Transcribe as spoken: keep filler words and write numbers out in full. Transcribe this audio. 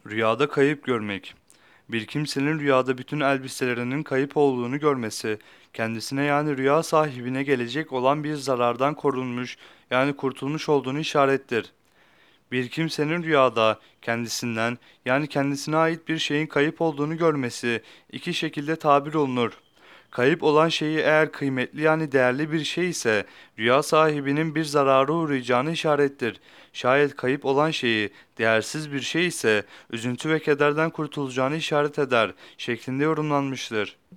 Rüyada kayıp görmek. Bir kimsenin rüyada bütün elbiselerinin kayıp olduğunu görmesi, kendisine yani rüya sahibine gelecek olan bir zarardan korunmuş yani kurtulmuş olduğunu işarettir. Bir kimsenin rüyada kendisinden yani kendisine ait bir şeyin kayıp olduğunu görmesi iki şekilde tabir olunur. Kayıp olan şeyi eğer kıymetli yani değerli bir şey ise rüya sahibinin bir zarara uğrayacağını işarettir. Şayet kayıp olan şeyi değersiz bir şey ise üzüntü ve kederden kurtulacağını işaret eder şeklinde yorumlanmıştır.